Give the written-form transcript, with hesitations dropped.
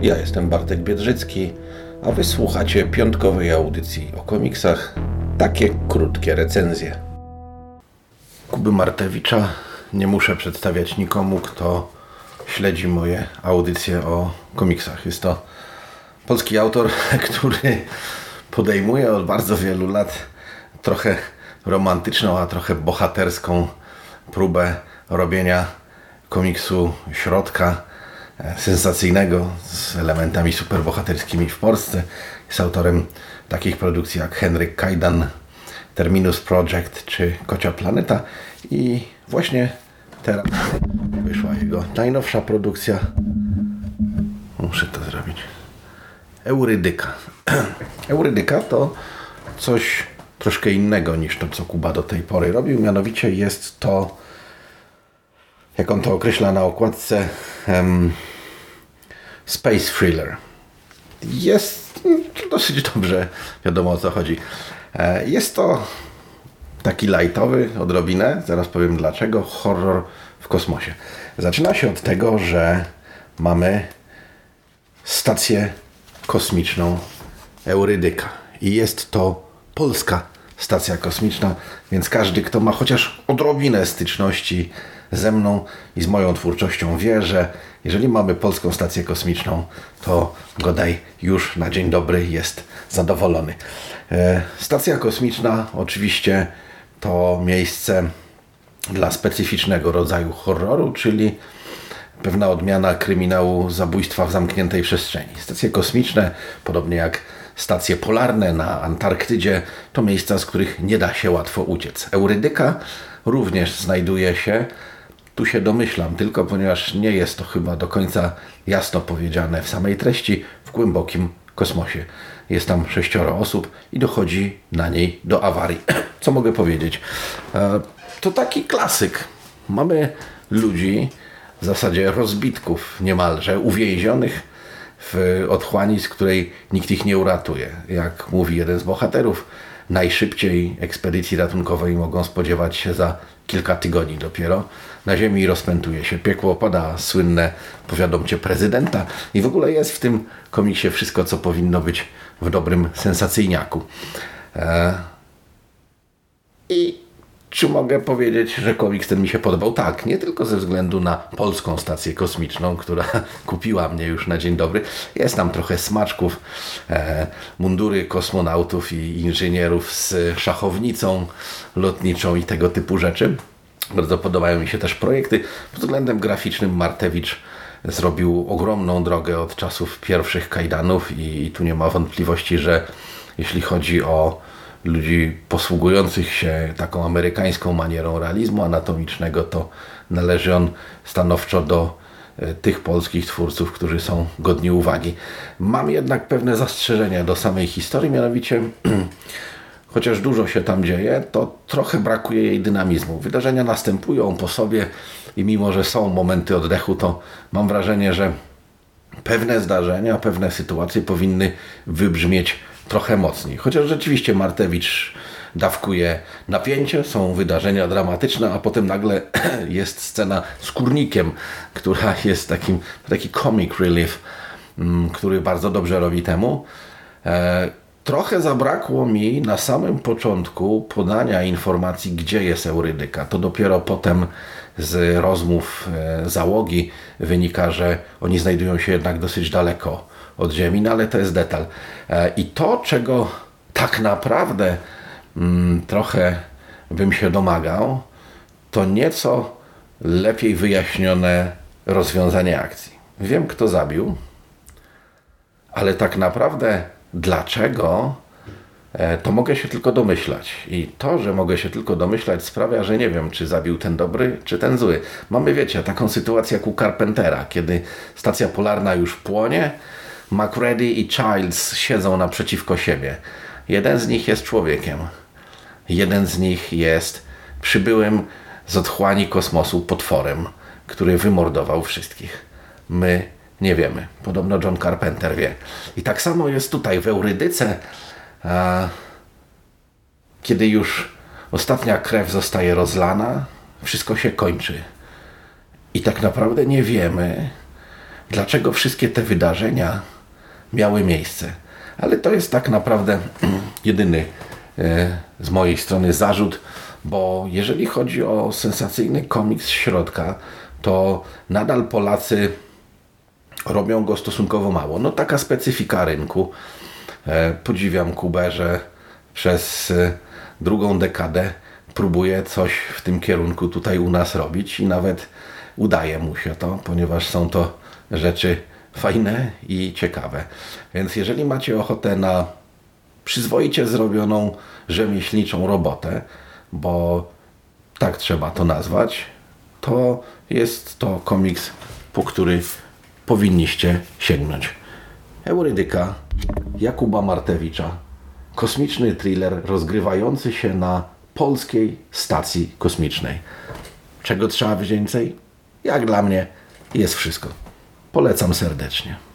Ja jestem Bartek Biedrzycki, a wysłuchacie piątkowej audycji o komiksach. Takie krótkie recenzje. Kuby Martewicza nie muszę przedstawiać nikomu, kto śledzi moje audycje o komiksach. Jest to polski autor, który podejmuje od bardzo wielu lat trochę romantyczną, a trochę bohaterską próbę robienia komiksu środka, sensacyjnego, z elementami superbohaterskimi w Polsce. Jest autorem takich produkcji jak Henryk Kajdan, Terminus Project czy Kocia Planeta i właśnie teraz wyszła jego najnowsza produkcja. Muszę to zrobić. Eurydyka. Eurydyka to coś troszkę innego niż to, co Kuba do tej pory robił. Mianowicie jest to, jak on to określa na okładce, space thriller. Jest dosyć dobrze wiadomo, o co chodzi. Jest to taki lightowy, odrobinę, zaraz powiem dlaczego, horror w kosmosie. Zaczyna się od tego, że mamy stację kosmiczną Eurydyka i jest to polska stacja kosmiczna, więc każdy, kto ma chociaż odrobinę styczności ze mną i z moją twórczością, wie, że jeżeli mamy polską stację kosmiczną, to Godaj już na dzień dobry jest zadowolony. Stacja kosmiczna oczywiście to miejsce dla specyficznego rodzaju horroru, czyli pewna odmiana kryminału zabójstwa w zamkniętej przestrzeni. Stacje kosmiczne, podobnie jak stacje polarne na Antarktydzie, to miejsca, z których nie da się łatwo uciec. Eurydyka również znajduje się, tu się domyślam tylko, ponieważ nie jest to chyba do końca jasno powiedziane w samej treści, w głębokim kosmosie. Jest tam 6 osób i dochodzi na niej do awarii. Co mogę powiedzieć? To taki klasyk. Mamy ludzi, w zasadzie rozbitków niemalże, uwięzionych w otchłani, z której nikt ich nie uratuje. Jak mówi jeden z bohaterów, najszybciej ekspedycji ratunkowej mogą spodziewać się za kilka tygodni dopiero. Na Ziemi rozpętuje się piekło, pada słynne powiadom cię prezydenta i w ogóle jest w tym komiksie wszystko, co powinno być w dobrym sensacyjniaku. I czy mogę powiedzieć, że komiks ten mi się podobał? Tak, nie tylko ze względu na polską stację kosmiczną, która kupiła mnie już na dzień dobry. Jest tam trochę smaczków, mundury kosmonautów i inżynierów z szachownicą lotniczą i tego typu rzeczy. Bardzo podobają mi się też projekty. Pod względem graficznym Martewicz zrobił ogromną drogę od czasów pierwszych Kajdanów i tu nie ma wątpliwości, że jeśli chodzi o ludzi posługujących się taką amerykańską manierą realizmu anatomicznego, to należy on stanowczo do tych polskich twórców, którzy są godni uwagi. Mam jednak pewne zastrzeżenia do samej historii, mianowicie chociaż dużo się tam dzieje, to trochę brakuje jej dynamizmu. Wydarzenia następują po sobie i mimo, że są momenty oddechu, to mam wrażenie, że pewne zdarzenia, pewne sytuacje powinny wybrzmieć trochę mocniej. Chociaż rzeczywiście Martewicz dawkuje napięcie, są wydarzenia dramatyczne, a potem nagle jest scena z kurnikiem, która jest taki comic relief, który bardzo dobrze robi temu. Trochę zabrakło mi na samym początku podania informacji, gdzie jest Eurydyka. To dopiero potem z rozmów załogi wynika, że oni znajdują się jednak dosyć daleko od Ziemi, no ale to jest detal. I to, czego tak naprawdę trochę bym się domagał, to nieco lepiej wyjaśnione rozwiązanie akcji. Wiem, kto zabił, ale tak naprawdę dlaczego, to mogę się tylko domyślać. I to, że mogę się tylko domyślać, sprawia, że nie wiem, czy zabił ten dobry, czy ten zły. Mamy, wiecie, taką sytuację jak u Carpentera, kiedy stacja polarna już płonie, MacReady i Childs siedzą naprzeciwko siebie. Jeden z nich jest człowiekiem. Jeden z nich jest przybyłym z otchłani kosmosu potworem, który wymordował wszystkich. My nie wiemy. Podobno John Carpenter wie. I tak samo jest tutaj w Eurydyce, kiedy już ostatnia krew zostaje rozlana, wszystko się kończy. I tak naprawdę nie wiemy, dlaczego wszystkie te wydarzenia miały miejsce. Ale to jest tak naprawdę jedyny z mojej strony zarzut, bo jeżeli chodzi o sensacyjny komiks środka, to nadal Polacy robią go stosunkowo mało. No taka specyfika rynku. Podziwiam Kubę, że przez drugą dekadę próbuje coś w tym kierunku tutaj u nas robić i nawet udaje mu się to, ponieważ są to rzeczy fajne i ciekawe. Więc jeżeli macie ochotę na przyzwoicie zrobioną rzemieślniczą robotę, bo tak trzeba to nazwać, to jest to komiks, po który powinniście sięgnąć. Eurydyka Jakuba Martewicza. Kosmiczny thriller rozgrywający się na polskiej stacji kosmicznej. Czego trzeba więcej? Jak dla mnie jest wszystko. Polecam serdecznie.